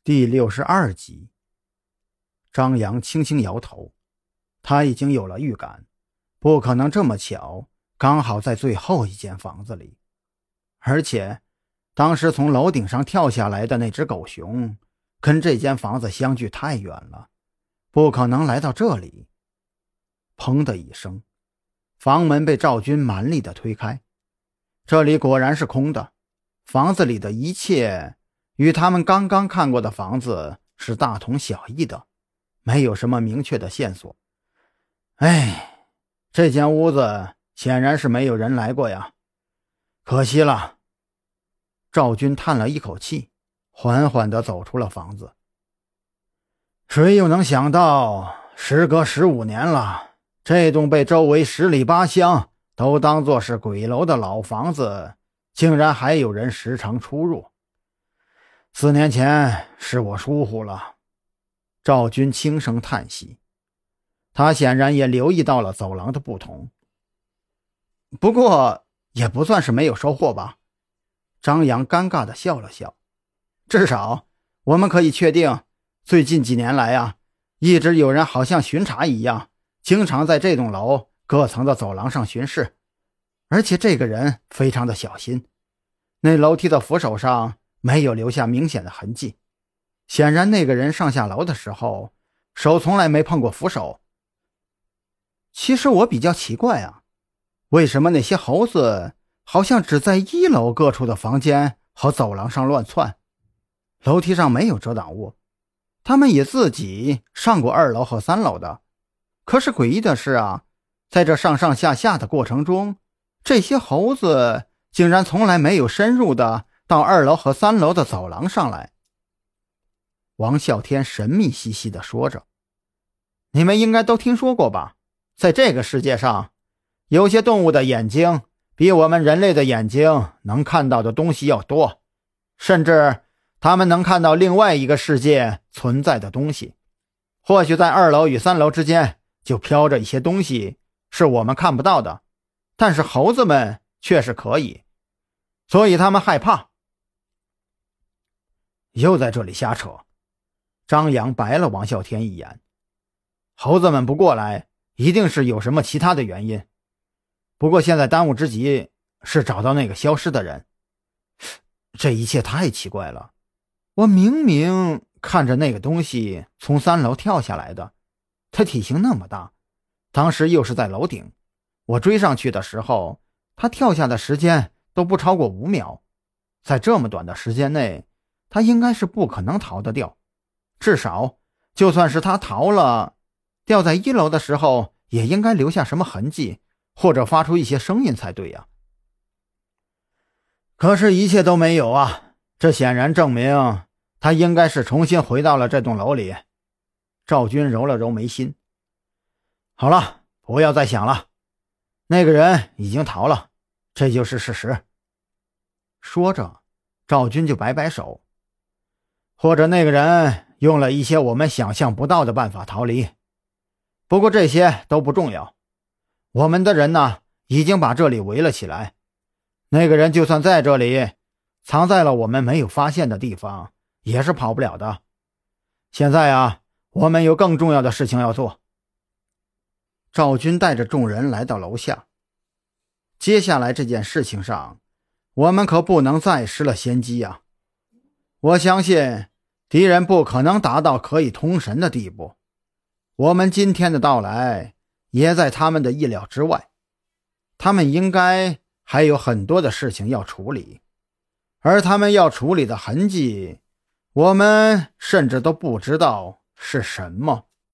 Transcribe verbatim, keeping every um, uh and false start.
第六十二集。张扬轻轻摇头，他已经有了预感，不可能这么巧，刚好在最后一间房子里。而且当时从楼顶上跳下来的那只狗熊跟这间房子相距太远了，不可能来到这里。砰的一声，房门被赵军蛮力地推开，这里果然是空的，房子里的一切与他们刚刚看过的房子是大同小异的，没有什么明确的线索。哎，这间屋子显然是没有人来过呀，可惜了。赵军叹了一口气，缓缓地走出了房子。谁又能想到，时隔十五年了，这栋被周围十里八乡都当作是鬼楼的老房子，竟然还有人时常出入。四年前是我疏忽了。赵军轻声叹息，他显然也留意到了走廊的不同。不过也不算是没有收获吧。张扬尴尬地笑了笑，至少我们可以确定，最近几年来啊，一直有人好像巡查一样，经常在这栋楼各层的走廊上巡视，而且这个人非常的小心，那楼梯的扶手上没有留下明显的痕迹，显然那个人上下楼的时候手从来没碰过扶手。其实我比较奇怪啊，为什么那些猴子好像只在一楼各处的房间和走廊上乱窜，楼梯上没有遮挡物，他们也自己上过二楼和三楼的。可是诡异的是啊，在这上上下下的过程中，这些猴子竟然从来没有深入的到二楼和三楼的走廊上来。王啸天神秘兮兮地说着，你们应该都听说过吧，在这个世界上，有些动物的眼睛比我们人类的眼睛能看到的东西要多，甚至他们能看到另外一个世界存在的东西。或许在二楼与三楼之间就飘着一些东西是我们看不到的，但是猴子们却是可以，所以他们害怕。又在这里瞎扯。张扬白了王啸天一眼，猴子们不过来一定是有什么其他的原因，不过现在当务之急是找到那个消失的人。这一切太奇怪了，我明明看着那个东西从三楼跳下来的，它体型那么大，当时又是在楼顶，我追上去的时候，它跳下的时间都不超过五秒，在这么短的时间内，它应该是不可能逃得掉，至少就算是它逃了，掉在一楼的时候也应该留下什么痕迹，或者发出一些声音才对呀。可是一切都没有啊，这显然证明他应该是重新回到了这栋楼里。赵军揉了揉眉心，好了，不要再想了，那个人已经逃了，这就是事实。说着，赵军就摆摆手，或者那个人用了一些我们想象不到的办法逃离，不过这些都不重要。我们的人呢，已经把这里围了起来，那个人就算在这里藏在了我们没有发现的地方，也是跑不了的。现在啊，我们有更重要的事情要做。赵军带着众人来到楼下，接下来这件事情上，我们可不能再失了先机啊。我相信敌人不可能达到可以通神的地步，我们今天的到来也在他们的意料之外，他们应该还有很多的事情要处理，而他们要处理的痕迹，我们甚至都不知道是什么。